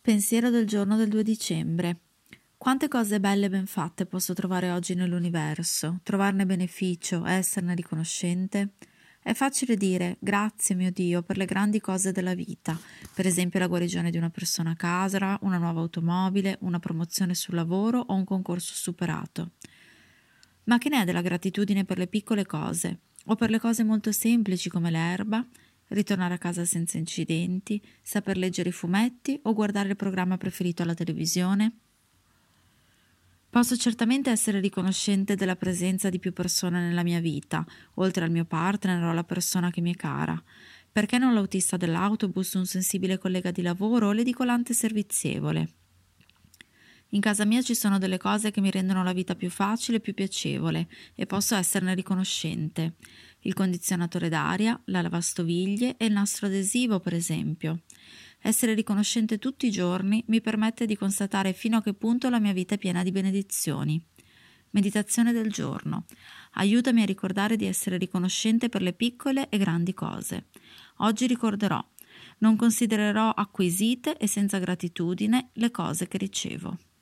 Pensiero del giorno del 2 dicembre. Quante cose belle e ben fatte posso trovare oggi nell'universo, trovarne beneficio, esserne riconoscente? È facile dire grazie mio Dio per le grandi cose della vita, per esempio la guarigione di una persona a casa, una nuova automobile, una promozione sul lavoro o un concorso superato. Ma che ne è della gratitudine per le piccole cose, o per le cose molto semplici come l'erba, ritornare a casa senza incidenti, saper leggere i fumetti o guardare il programma preferito alla televisione? Posso certamente essere riconoscente della presenza di più persone nella mia vita, oltre al mio partner o alla persona che mi è cara. Perché non l'autista dell'autobus, un sensibile collega di lavoro o l'edicolante servizievole? In casa mia ci sono delle cose che mi rendono la vita più facile e più piacevole e posso esserne riconoscente. Il condizionatore d'aria, la lavastoviglie e il nastro adesivo, per esempio. Essere riconoscente tutti i giorni mi permette di constatare fino a che punto la mia vita è piena di benedizioni. Meditazione del giorno. Aiutami a ricordare di essere riconoscente per le piccole e grandi cose. Oggi ricorderò: non considererò acquisite e senza gratitudine le cose che ricevo.